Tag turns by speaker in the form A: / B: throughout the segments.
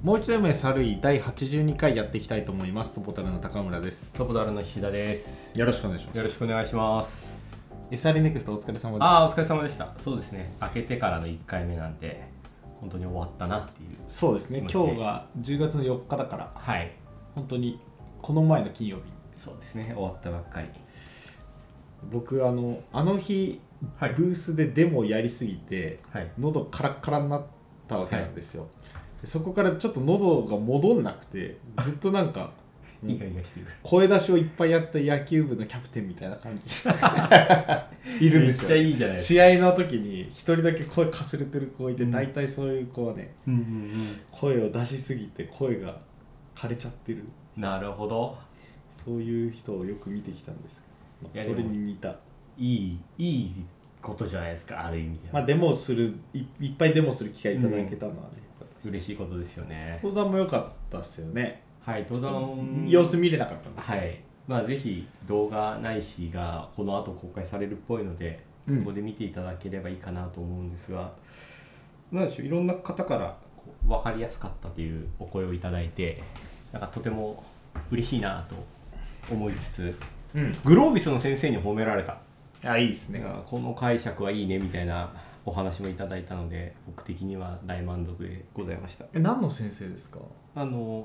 A: もう一度 MSRE 第82回やっていきたいと思います。トポタルの高村です。
B: トポタルの菱田です。
A: よろしくお願いします。
B: よろしくお願いします。
A: SRE NEXT お疲れ様でした。
B: お疲れ様でした。そうですね。明けてからの1回目なんで本当に終わったなっていう。
A: そうですね。今日が10月の4日だから、
B: はい。
A: 本当にこの前の金曜日。
B: そうですね。終わったばっかり。
A: 僕あの日、
B: はい、
A: ブースでデモをやりすぎて、
B: はい、
A: 喉カラッカラになったわけなんですよ。はい、そこからちょっと喉が戻んなくて、ずっとなんか
B: イガイガしてる。
A: 声出しをいっぱいやった野球部のキャプテンみたいな感じいるんですよ。
B: めっちゃいいじゃないですか。
A: 試合の時に一人だけ声かすれてる子いて、大体そういう子はね、声を出しすぎて声が枯れちゃってる。
B: なるほど。
A: そういう人をよく見てきたんですけど、それに似た
B: いいことじゃないですか、ある意味で。
A: まあデモする いっぱいデモする機会いただけたのはね、
B: 嬉しいことですよね。
A: 登壇も良かったっすよね。
B: はい、登壇
A: 様子見れなかったんですけど、
B: はい、まあぜひ動画ないしがこの後公開されるっぽいので、そこで見ていただければいいかなと思うんですが、なんでしょう、いろんな方から分かりやすかったというお声をいただいて、なんかとても嬉しいなと思いつつ、グロービスの先生に褒められた。
A: いいですね。
B: この解釈はいいねみたいなお話もいただいたので、僕的には大満足でございました。
A: 何の先生ですか
B: HRM？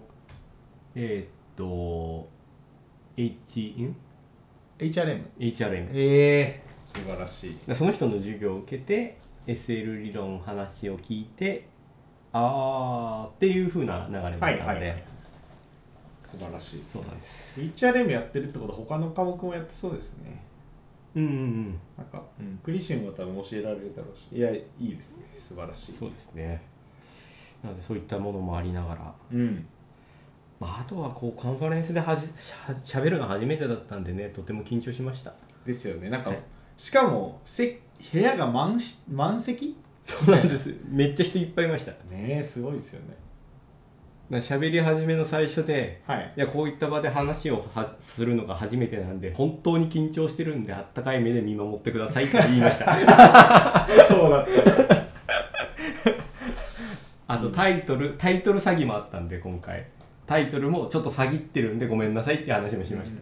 A: 素晴らしい。
B: その人の授業を受けて SL 理論の話を聞いてっていう風な流れだったので、
A: 素晴らしいです、
B: そうなんです。
A: HRM やってるってことは他の科目もやってそうですね。なんか、クリシンは多分教えられるだろうし、いや、いいですね。素晴らしい。
B: そうですね。なのでそういったものもありながら、あとはこうカンファレンスでしゃべるの初めてだったんでね、とても緊張しました。
A: ですよね。なんか、しかも部屋が満席？
B: そうなんです。めっちゃ人いっぱいいました
A: ね。すごいですよね。
B: 喋り始めの最初で、いやこういった場で話をするのが初めてなんで本当に緊張してるんであったかい目で見守ってくださいって言いました
A: そうだった
B: あとタイトル詐欺もあったんで、今回タイトルもちょっと詐欺ってるんでごめんなさいって話もしました。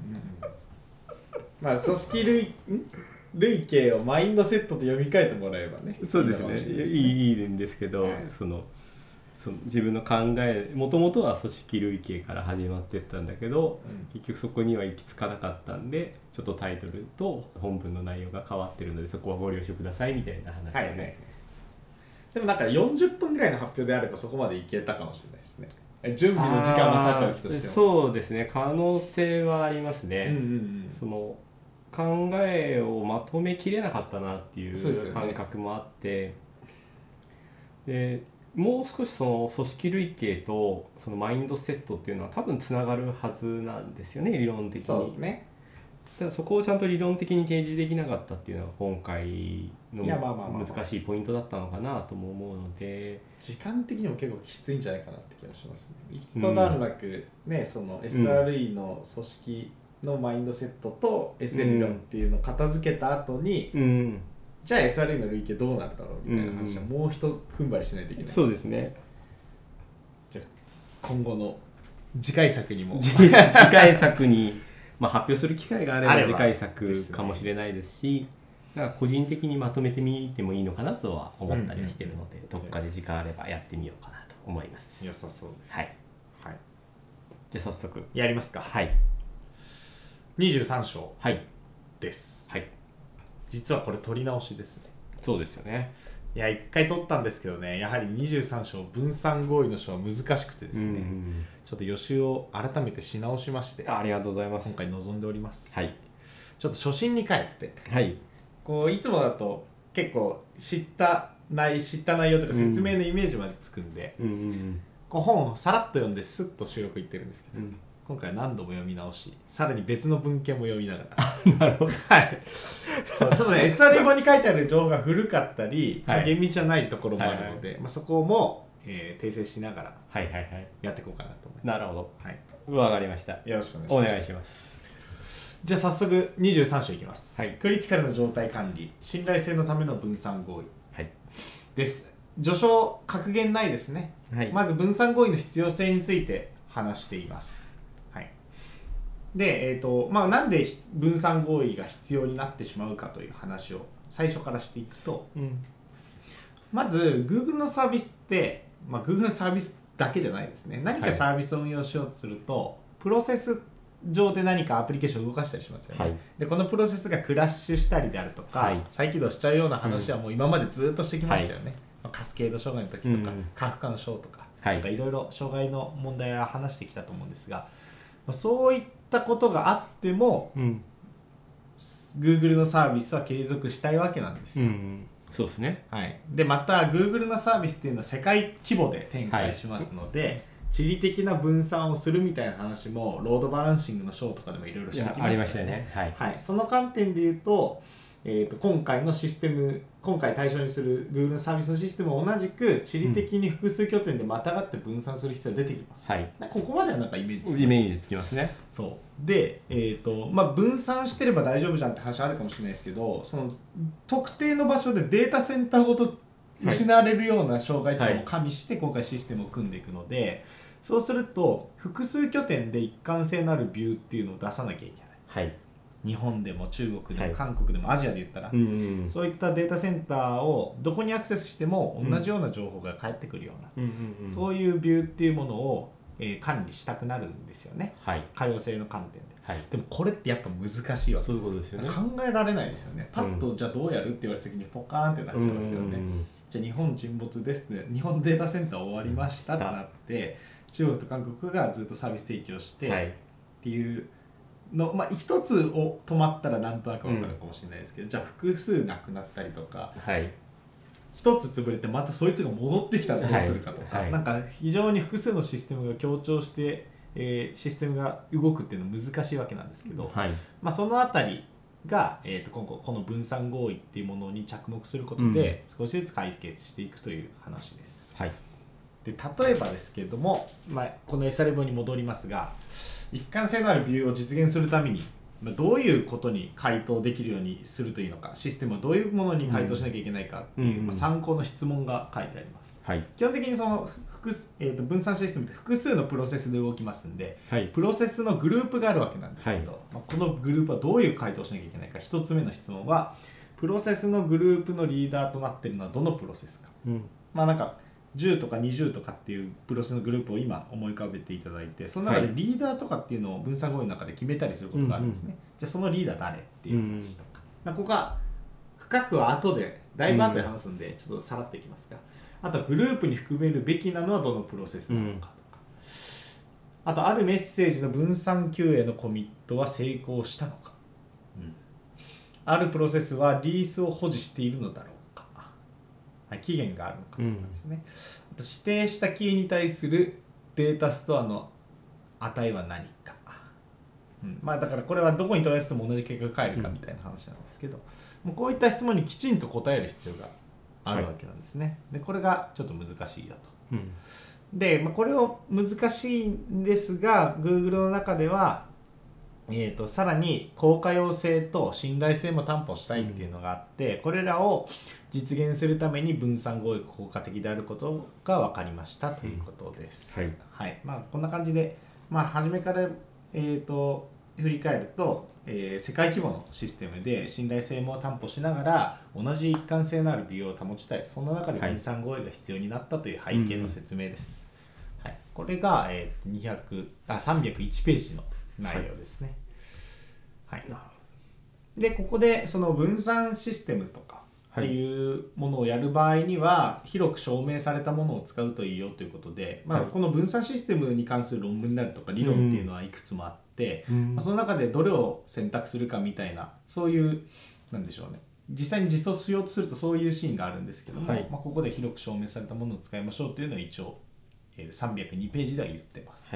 A: まあ組織類型をマインドセットと読み替えてもらえばね。
B: そうですね。いいんですけど、その自分の考え、もともとは組織類型から始まってったんだけど、結局そこには行き着かなかったんで、ちょっとタイトルと本文の内容が変わってるのでそこはご了承くださいみたいな話で、
A: でもなんか40分ぐらいの発表であればそこまでいけたかもしれないですね。準備の時間はさておきとしても。
B: そうですね、可能性はありますね。その考えをまとめきれなかったなっていう感覚もあって、でもう少しその組織類型とそのマインドセットっていうのは多分つながるはずなんですよね、理論的に。
A: そうですね。
B: ただそこをちゃんと理論的に提示できなかったっていうのが今回の難しいポイントだったのかなとも思うので、
A: 時間的にも結構きついんじゃないかなって気がしますね。一段落ね、その SRE の組織のマインドセットと SL 理論っていうのを片付けた後に、じゃあ SRE の類型どうなるだろうみたいな話はもう一踏ん張りしないといけない。
B: そうですね。
A: じゃあ今後の次回作にも
B: 次回作に発表する機会があれば次回作かもしれないですし、なんか個人的にまとめてみてもいいのかなとは思ったりはしているので、どっかで時間あればやってみようかなと思います。
A: 良さそうです。
B: はい。じゃあ早速
A: やりますか。
B: はい。
A: 23章です。はい。実はこれ取り直しですね。
B: そうですよね。
A: いや1回取ったんですけどね、やはり23章分散合意の章は難しくてですね、ちょっと予習を改めてし直しまして、
B: ありがとうございます。
A: 今回臨んでおります。
B: はい。
A: ちょっと初心に帰って、
B: はい。
A: こういつもだと結構知った内容とか説明のイメージまでつくんで、こう本をさらっと読んでスッと収録いってるんですけど、今回は何度も読み直し、さらに別の文献も読みなが
B: らなるほど。
A: はい。そうちょっとね SRE 本に書いてある情報が古かったり、厳密じゃないところもあるので、そこも、訂正しながらやっていこうかなと思います。
B: なるほど。はい。わかりました。
A: よろしくお願いします。じゃあ早速23章いきます。クリティカルな状態管理、信頼性のための分散合意です。 序章格言ないですね、
B: はい、
A: まず分散合意の必要性について話しています、はい、で、なんで分散合意が必要になってしまうかという話を最初からしていくと、まず Google のサービスって、Google のサービスだけじゃないですね。何かサービスを運用しようとすると、プロセス上で何かアプリケーションを動かしたりしますよね、でこのプロセスがクラッシュしたりであるとか、再起動しちゃうような話はもう今までずっとしてきましたよね、カスケード障害の時とか、カフカの章とか、いろいろ障害の問題は話してきたと思うんですが、そういったことがあっても、Google のサービスは継続したいわけなんですよ、
B: そうですね、
A: でまた Google のサービスっていうのは世界規模で展開しますので、地理的な分散をするみたいな話もロードバランシングの章とかでもいろいろしてきましたよね。その観点で言うと、今回のシステム、今回対象にする Google のサービスのシステムは同じく地理的に複数拠点でまたがって分散する必要が出てきます、ここまではなんかイメージつきます。
B: イメージつきますね。
A: そうで、分散してれば大丈夫じゃんって話あるかもしれないですけど、その特定の場所でデータセンターごと失われるような障害とかも加味して今回システムを組んでいくので、そうすると複数拠点で一貫性のあるビューっていうのを出さなきゃいけない、日本でも中国でも韓国でもアジアで言ったら、そういったデータセンターをどこにアクセスしても同じような情報が返ってくるような、そういうビューっていうものを、管理したくなるんですよね、可用性の観点で、でもこれってやっぱ難しいわけです。
B: そういうことですよね。
A: 考えられないですよね。パッとじゃあどうやるって言われた時にポカーンってなっちゃいますよね、じゃあ日本沈没ですって、日本データセンター終わりましたってなって、中国と韓国がずっとサービス提供してっていうの、一つを止まったらなんとなく分かるかもしれないですけど、じゃあ複数なくなったりとか、一つ潰れてまたそいつが戻ってきたらどうするかとか、なんか非常に複数のシステムが協調して、システムが動くっていうのは難しいわけなんですけど、そのあたりが、今後この分散合意っていうものに着目することで少しずつ解決していくという話です、で例えばですけれども、この SR 本に戻りますが、一貫性のあるビューを実現するためにどういうことに回答できるようにするといいのか、システムはどういうものに回答しなきゃいけないかっていう、参考の質問が書いてあります、基本的にその分散システムって複数のプロセスで動きますんで、プロセスのグループがあるわけなんですけど、このグループはどういう回答をしなきゃいけないか。一つ目の質問は、プロセスのグループのリーダーとなっているのはどのプロセスか、なんか10とか20とかっていうプロセスのグループを今思い浮かべていただいて、その中でリーダーとかっていうのを分散合意の中で決めたりすることがあるんですね、じゃあそのリーダー誰っていう話とか、ここは深くは後でだいぶ後で話すんでちょっとさらっていきますが、あとはグループに含めるべきなのはどのプロセスなのかとか、あとあるメッセージの分散 QA のコミットは成功したのか、あるプロセスはリースを保持しているのだろうか、期限があるのかとかですね、あと指定したキーに対するデータストアの値は何か、だからこれはどこに問い合わせても同じ結果が返るかみたいな話なんですけど、もうこういった質問にきちんと答える必要があるわけなんですね、でこれがちょっと難しいよと、で、これを難しいんですが Google の中では、さらに高可用性と信頼性も担保したいっていうのがあって、これらを実現するために分散合意が効果的であることが分かりましたということです、こんな感じで、初めから、振り返ると、世界規模のシステムで信頼性も担保しながら同じ一貫性のある美容を保ちたい、そんな中で分散合意が必要になったという背景の説明です、これが、301ページの内容ですね、でここでその分散システムとかっていうものをやる場合には広く証明されたものを使うといいよということで、この分散システムに関する論文であるとか理論っていうのはいくつもあって、その中でどれを選択するかみたいな、そういうなんでしょうね、実際に実装しようとするとそういうシーンがあるんですけども、ここで広く証明されたものを使いましょうというのを一応、302ページでは言ってます。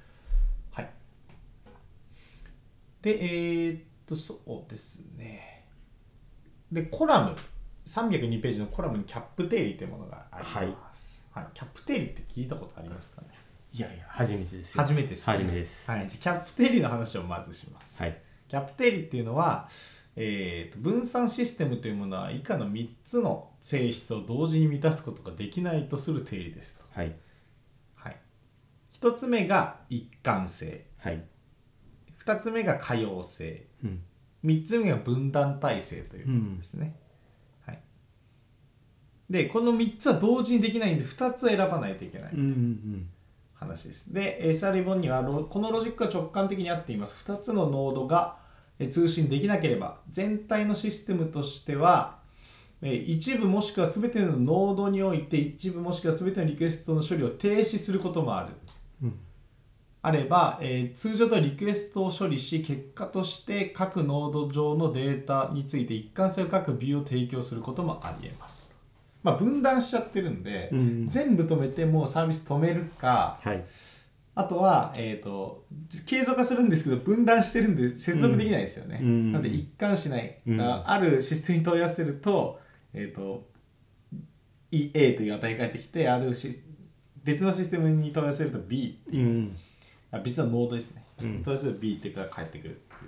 A: で、そうですね。で、コラム、302ページのコラムにキャップ定理というものがあります。キャップ定理って聞いたことありますかね？
B: いや、初めてですよ。
A: 初めてです、ね。
B: 初めてです。
A: じゃあキャップ定理の話をまずします。キャップ定理っていうのは、 分散システムというものは以下の3つの性質を同時に満たすことができないとする定理ですと。
B: はい。
A: はい、1つ目が一貫性、
B: はい。
A: 2つ目が可用性、
B: うん。
A: 3つ目が分断体制というものですね。はい、でこの3つは同時にできないんで2つ選ばないといけない話です。で SR 本にはこのロジックは直感的に合っています。2つのノードが通信できなければ全体のシステムとしては一部もしくは全てのノードにおいて一部もしくは全てのリクエストの処理を停止することもある、あれば、通常ではリクエストを処理し結果として各ノード上のデータについて一貫性を欠くビューを提供することもあり得ます。分断しちゃってるんで、全部止めてもうサービス止めるか、
B: はい。
A: あとは、継続はするんですけど分断してるんで接続できないですよね、なので一貫しない、あるシステムに問い合わせると、A という値が返ってきて別のシステムに問い合わせると B っていう、別のノードですね、問い合わせると B っていうから返ってくるっていう、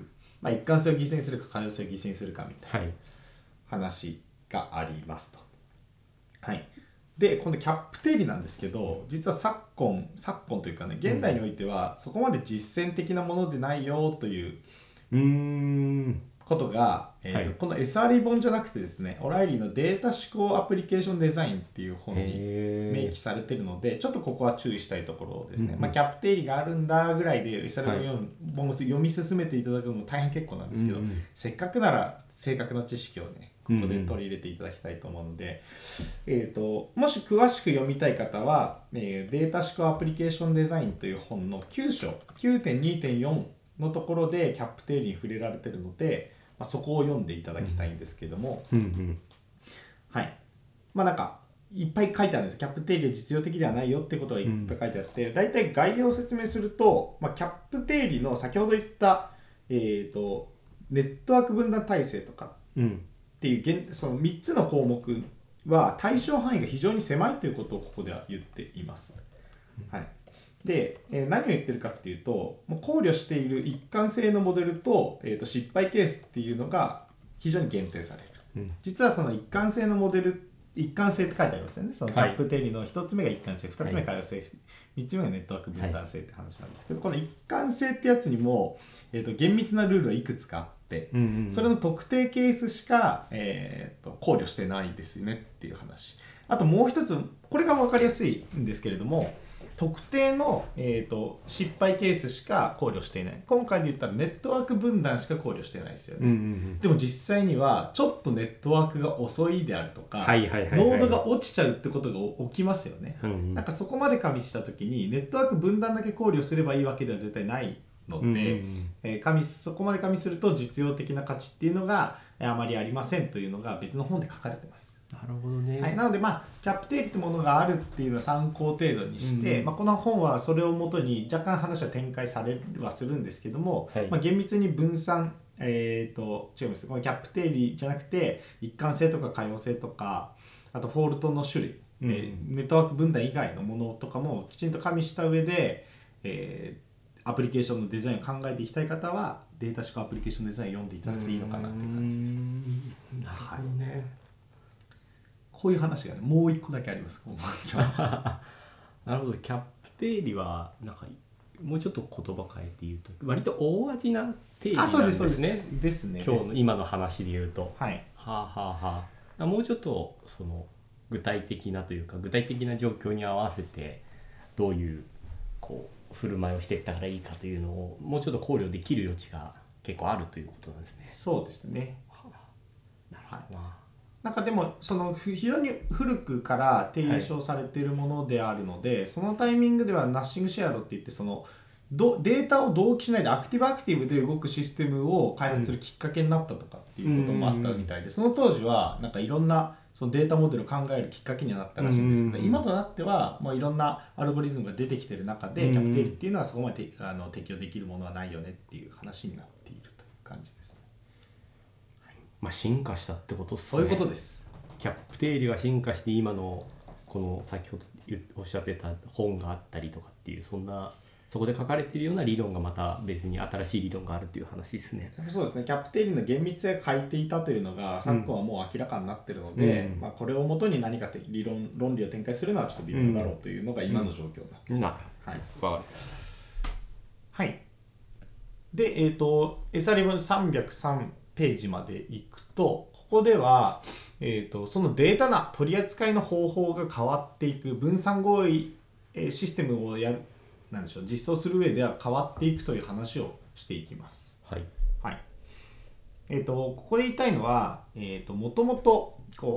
A: 一貫性を犠牲にするか可用性を犠牲にするかみたいな話がありますと。はい、でこのキャップ定理なんですけど、実は昨今というかね、現代においてはそこまで実践的なものでないよということが、この SRE 本じゃなくてですね、オライリーのデータ思考アプリケーションデザインっていう本に明記されているので、ちょっとここは注意したいところですね。キャップ定理があるんだぐらいで SRE 本を読み進めていただくのも大変結構なんですけど、せっかくなら正確な知識をねここで取り入れていただきたいと思うので、もし詳しく読みたい方は、データ思考アプリケーションデザインという本の9章 9.2.4 のところでキャップ定理に触れられているので、そこを読んでいただきたいんですけども、はい、なんかいっぱい書いてあるんですよ。キャップ定理は実用的ではないよってことがいっぱい書いてあって、だいたい概要を説明すると、キャップ定理の先ほど言った、ネットワーク分断体制とかっていうその3つの項目は対象範囲が非常に狭いということをここでは言っています。はい、で、何を言ってるかっていうと、考慮している一貫性のモデルと、失敗ケースっていうのが非常に限定される。実はその一貫性のモデル、一貫性って書いてありますよね。そのキャップ定理の1つ目が一貫性、2つ目が可用性、3つ目がネットワーク分断性って話なんですけど、この一貫性ってやつにも、厳密なルールはいくつかあって、それの特定ケースしか、考慮してないですよねっていう話。あともう一つ、これが分かりやすいんですけれども、特定の、失敗ケースしか考慮していない。今回で言ったらネットワーク分断しか考慮してないですよね。でも実際にはちょっとネットワークが遅いであるとか、ノードが落ちちゃうってことが起きますよね。なんかそこまで加味したときにネットワーク分断だけ考慮すればいいわけでは絶対ないので、そこまで加味すると実用的な価値っていうのがあまりありませんというのが別の本で書かれてます。
B: なるほどね。
A: はい、なのでキャップ定理ってものがあるっていうのは参考程度にして、この本はそれをもとに若干話は展開されはするんですけども、厳密に分散違います。このキャップ定理じゃなくて一貫性とか可用性とか、あとフォルトの種類、ネットワーク分断以外のものとかもきちんと加味した上で、アプリケーションのデザインを考えていきたい方はデータ思考アプリケーションデザインを読んでいただくといいのかなっていう感じですね。
B: なるほどね。
A: こういう話がね、もう一個だけあります。
B: なるほど。キャップ定理はなんかもうちょっと言葉変えて言うと割と大味な定理なんですね。
A: そうですね。
B: 今日の今の話で言うと、
A: はい。
B: もうちょっとその具体的なというか具体的な状況に合わせてどういう振る舞いをしていったらいいかというのをもうちょっと考慮できる余地が結構あるということなんですね。
A: そうですね。
B: なるほどな。
A: なんかでもその非常に古くから提唱されているものであるので、そのタイミングではナッシングシェアドって言ってそのデータを同期しないでアクティブで動くシステムを開発するきっかけになったとかっていうこともあったみたいで、その当時はなんかいろんなそのデータモデルを考えるきっかけにはなったらしいんですけど、今となってはもういろんなアルゴリズムが出てきている中でキャップ定理っていうのはそこまで適用できるものはないよねっていう話になっているという感じですね。
B: 進化したってことですね。
A: そういうことです。
B: キャップ定理が進化して今のこの先ほどおっしゃってた本があったりとかっていうそんなそこで書かれているような理論がまた別に新しい理論があるという話ですね。
A: そうですね。キャプテリンの厳密性が欠いていたというのが昨今はもう明らかになっているので、これをもとに何か論理を展開するのはちょっと微妙だろうというのが今の状況だ。はい。
B: わかりました。
A: はい。で、SRE 303ページまで行くと、ここでは、そのデータの取り扱いの方法が変わっていく、分散合意システムを実装する上では変わっていくという話をしていきます。
B: はい。
A: はい。ここで言いたいのは、もともと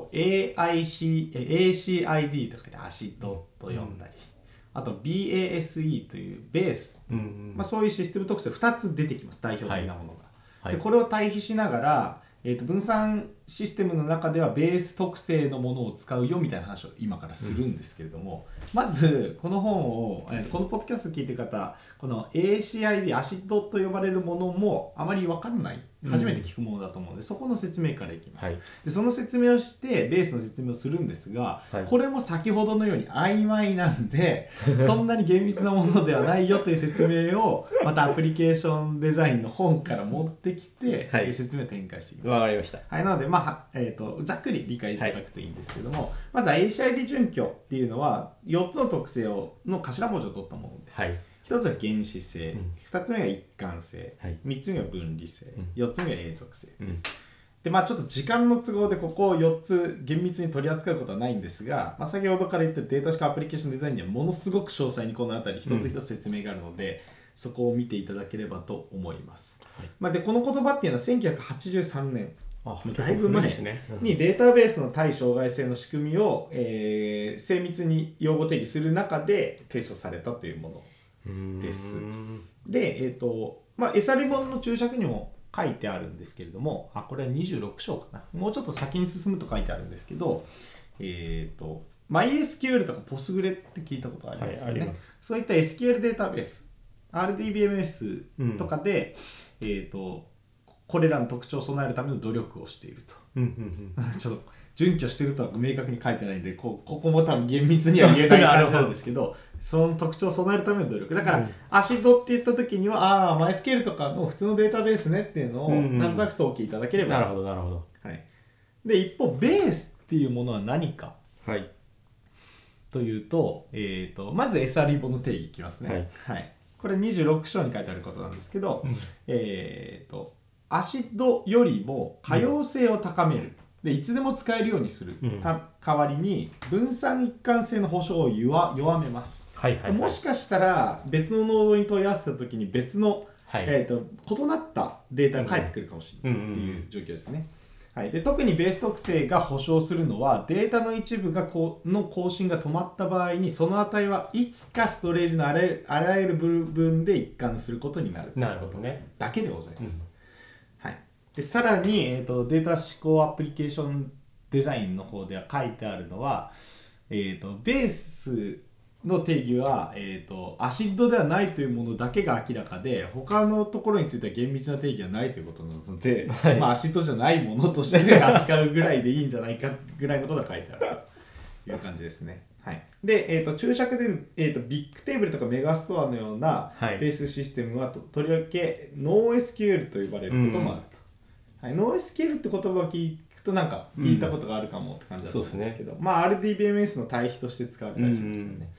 A: ACID とかでアシドと呼んだり、あと BASE というベース、そういうシステム特性2つ出てきます、代表的なものが。でこれを対比しながら、分散システムの中ではベース特性のものを使うよみたいな話を今からするんですけれども、まずこの本を、このポッドキャストを聞いている方、この ACID アシドと呼ばれるものもあまり分からない、初めて聞くものだと思うので、そこの説明からいきます。でその説明をしてベースの説明をするんですが、これも先ほどのように曖昧なんでそんなに厳密なものではないよという説明をまたアプリケーションデザインの本から持ってきて、説明を展開していきます。
B: わかりました。
A: はい、なので、ざっくり理解いただくといいんですけども、まずは ACID 準拠っていうのは4つの特性の頭文字を取ったものです。1つは原始性、2つ目が一貫性、3つ目が分離性、4つ目が永続性です。で、ちょっと時間の都合でここを4つ厳密に取り扱うことはないんですが、先ほどから言ったデータ思考アプリケーションデザインにはものすごく詳細にこのあたり一つ一つ説明があるので、そこを見ていただければと思います。でこの言葉っていうのは1983年、だいぶ前にデータベースの対障害性の仕組みを、精密に用語定義する中で提唱されたというものです。で、SRE 本の注釈にも書いてあるんですけれども、これは26章かな。もうちょっと先に進むと書いてあるんですけど、MySQL とか Postgre って聞いたことありますよね。そういった SQL データベース、RDBMS とかで、これらの特徴を備えるための努力をしていると。ちょっと準拠しているとは明確に書いてないんで、ここも多分厳密には言えない感じなんですけど、その特徴を備えるための努力だから、アシドって言った時にはMySQL とかの普通のデータベースねっていうのをなんとなく想起いただければ。
B: なるほどなるほど。
A: で一方ベースっていうものは何か、というと、まず SRE 本の定義いきますね。これ26章に書いてあることなんですけど、アシドよりも可用性を高める、でいつでも使えるようにする、代わりに分散一貫性の保証を弱めます。もしかしたら別のノードに問い合わせた時に別の、異なったデータが返ってくるかもしれないっていう状況ですね。で特にベース特性が保証するのはデータの一部の更新が止まった場合にその値はいつかストレージのあらゆる部分で一貫することになるということだけでございます。でさらに、データ思考アプリケーションデザインの方では書いてあるのは、ベースの定義は、アシッドではないというものだけが明らかで他のところについては厳密な定義はないということなので、アシッドじゃないものとして扱うぐらいでいいんじゃないかぐらいのことが書いてあるという感じですね。で、注釈で、ビッグテーブルとかメガストアのようなベースシステムはとりわけ NoSQL と呼ばれることもあると。NoSQL って言葉を聞くとなんか聞いたことがあるかもって感じだと思うんですけど、RDBMS の対比として使われたりしますよね。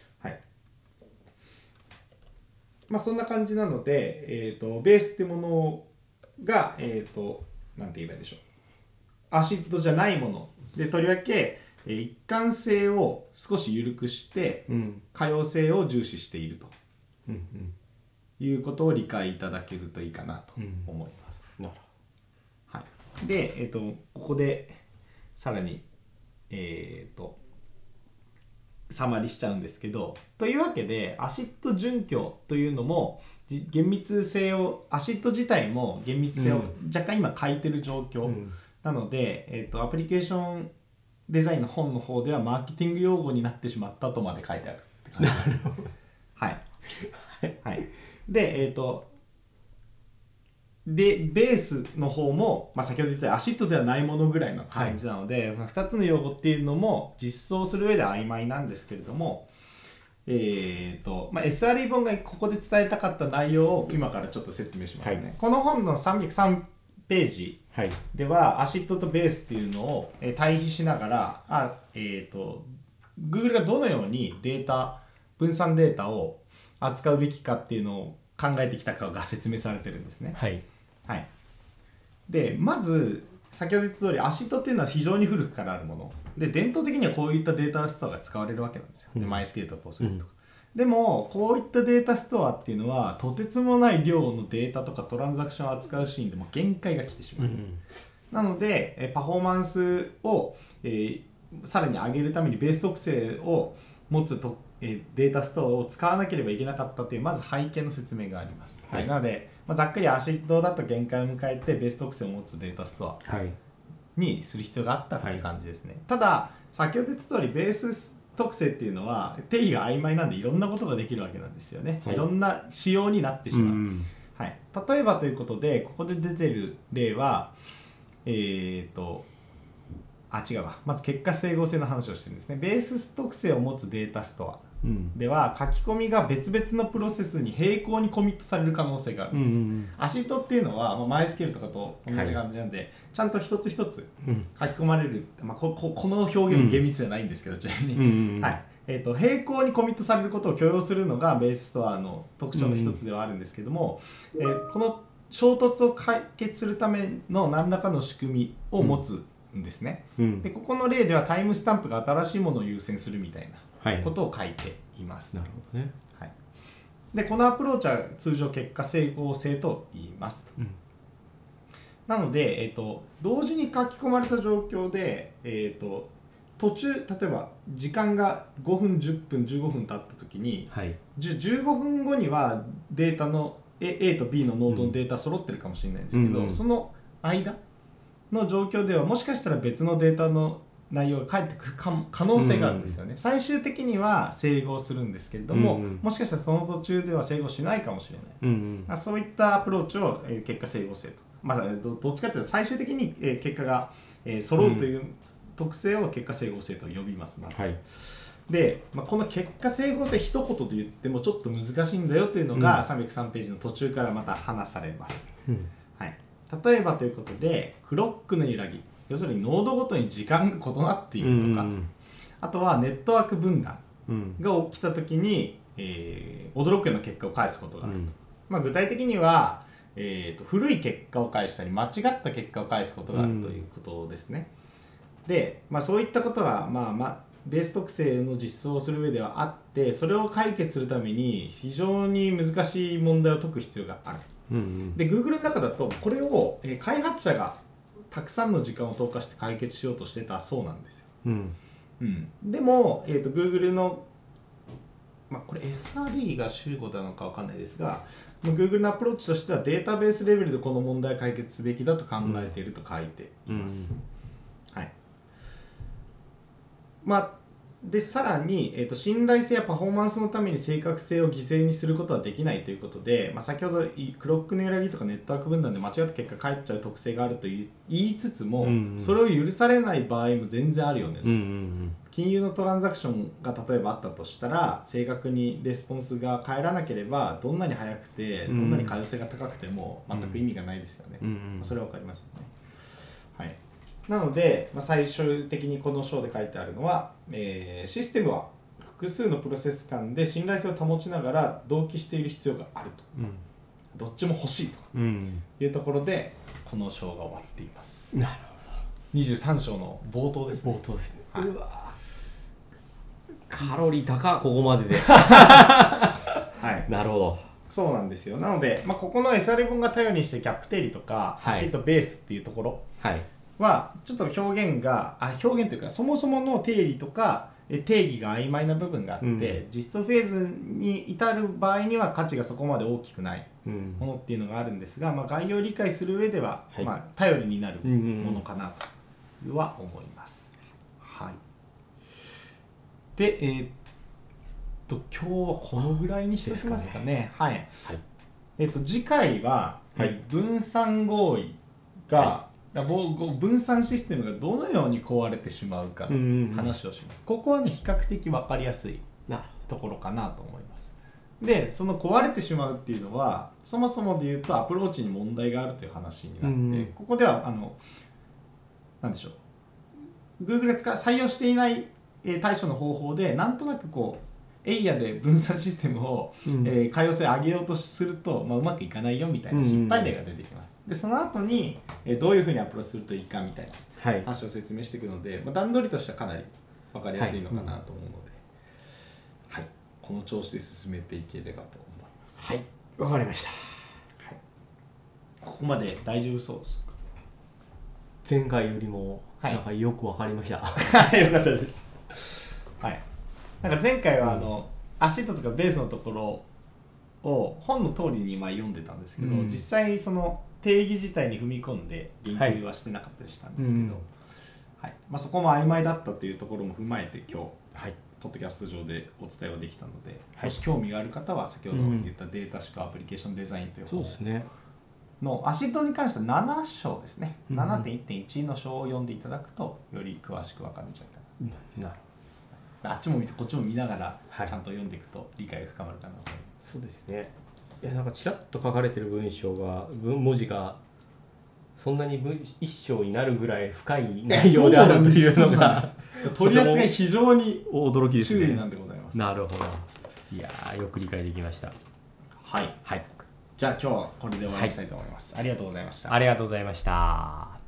A: そんな感じなので、ベースってものが、なんて言えばいいでしょう、アシッドじゃないものでとりわけ一貫性を少し緩くして可用性を重視しているということを理解いただけるといいかなと思います。で、ここでさらに、サマリしちゃうんですけど、というわけでアシッド準拠というのも厳密性をアシッド自体も厳密性を若干今欠いてる状況、なので、アプリケーションデザインの本の方ではマーケティング用語になってしまったとまで書いてあるって感じです。で、ベースの方も、先ほど言ったアシッドではないものぐらいの感じなので、2つの用語っていうのも実装する上では曖昧なんですけれども、 SRE 本がここで伝えたかった内容を今からちょっと説明しますね、この本の303ページでは、アシッドとベースっていうのを対比しながらGoogle がどのように分散データを扱うべきかっていうのを考えてきたかが説明されてるんですね。でまず先ほど言った通りアシッドっていうのは非常に古くからあるもので、伝統的にはこういったデータストアが使われるわけなんですよ。で、MySQL とか Postgres とか、でもこういったデータストアっていうのはとてつもない量のデータとかトランザクションを扱うシーンでも限界が来てしまう、なのでパフォーマンスを、さらに上げるためにベース特性を持つデータストアを使わなければいけなかったというまず背景の説明があります、なので、ざっくりアシッドだと限界を迎えてベース特性を持つデータストアにする必要があったという感じですね、ただ先ほど言った通りベース特性っていうのは定義が曖昧なんでいろんなことができるわけなんですよね、いろんな仕様になってしまう、例えばということでここで出てる例は違うわ、まず結果整合性の話をしてるんですね。ベース特性を持つデータストアでは、書き込みが別々のプロセスに並行にコミットされる可能性があるんです、アシッドっていうのは、MySQL とかと同じ感じなんで、ちゃんと一つ一つ書き込まれる、この表現も厳密じゃないんですけど、ちなみに、並行にコミットされることを許容するのがベースストアの特徴の一つではあるんですけども、この衝突を解決するための何らかの仕組みを持つんですね、でここの例ではタイムスタンプが新しいものを優先するみたいなことを書いています、
B: なるほどね、
A: でこのアプローチは通常結果整合性と言います、なので、同時に書き込まれた状況で、途中例えば時間が5分10分15分経った時に、15分後にはデータの A と B のノードのデータ揃ってるかもしれないんですけど、その間の状況ではもしかしたら別のデータの内容が返ってくる可能性があるんですよね、最終的には整合するんですけれども、もしかしたらその途中では整合しないかもしれない、そういったアプローチを結果整合性と、どっちかというと最終的に結果が揃うという特性を結果整合性と呼びます、まず、で、この結果整合性一言で言ってもちょっと難しいんだよというのが303ページの途中からまた話されます、例えばということでクロックの揺らぎ、要するにノードごとに時間が異なっているとか、あとはネットワーク分断が起きた時に、驚くような結果を返すことがあると、具体的には、古い結果を返したり間違った結果を返すことがあるということですね、で、そういったことが、ベース特性の実装をする上ではあって、それを解決するために非常に難しい問題を解く必要がある、で Google の中だとこれを開発者がたくさんの時間を投下して解決しようとしてたそうなんですよ、でも、Google の、これ SRE が主語なのか分かんないですが、Google のアプローチとしてはデータベースレベルでこの問題を解決すべきだと考えていると書いています、でさらに、信頼性やパフォーマンスのために正確性を犠牲にすることはできないということで、先ほどクロックの揺らぎとかネットワーク分断で間違った結果返っちゃう特性があると言いつつも、それを許されない場合も全然あるよね、金融のトランザクションが例えばあったとしたら正確にレスポンスが返らなければどんなに速くてどんなに可用性が高くても全く意味がないですよね、それは分かりますよね、なので、最終的にこの章で書いてあるのは、システムは複数のプロセス間で信頼性を保ちながら同期している必要があると、どっちも欲しいというところでこの章が終わっています。
B: なるほど。
A: 23章の冒頭ですね。
B: 冒頭ですね。うわカロリー高ここまででなるほど。
A: そうなんですよ。なので、ここの SR 本が頼りにしてキャップ定理とかアシッドベースっていうところはちょっと表現というかそもそもの定理とか定義が曖昧な部分があって、実装フェーズに至る場合には価値がそこまで大きくないものっていうのがあるんですが、概要を理解する上では、頼りになるものかなとは思います。で、今日はこのぐらいにしておきますかね。次回は、分散合意が、分散システムがどのように壊れてしまうかの話をします。ここはね比較的分かりやすいところかなと思います。でその壊れてしまうっていうのはそもそもで言うとアプローチに問題があるという話になって、ここではなんでしょう Google が採用していない対処の方法でなんとなくこうエイヤで分散システムを、可用性上げようとすると、うまくいかないよみたいな失敗例が出てきます。でその後に、どういうふうにアプローチするといいかみたいな話を説明していくので、段取りとしてはかなり分かりやすいのかなと思うので、はい、この調子で進めていければと思います。
B: はい、わかりました。
A: はい、ここまで大丈夫そうですか？
B: 前回よりもなんかよくわかりました。
A: はい、よかったです。はい。なんか前回はアシットとかベースのところを本の通りに読んでたんですけど、実際その定義自体に踏み込んで言及はしてなかったりしたんですけど、はいそこも曖昧だったというところも踏まえて今日、ポッドキャスト上でお伝えはできたので、もし興味がある方は先ほど言ったデータ思考アプリケーションデザインという本のアシットに関しては7章ですね、7.1.1 の章を読んでいただくとより詳しく分かるんじゃないかな。なるほど。あっちも見てこっちも見ながらちゃんと読んでいくと理解が深まるかなと思います。
B: そうですね。いやなんかちらっと書かれてる文章が文字がそんなに一章になるぐらい深い内容であるというのが
A: 取り扱い非常に
B: 驚きですね。
A: 注意なんでございます。
B: なるほど。いやよく理解できました。
A: はい。じゃあ今日はこれで終わりにしたいと思います。ありがとうございました。
B: ありがとうございました。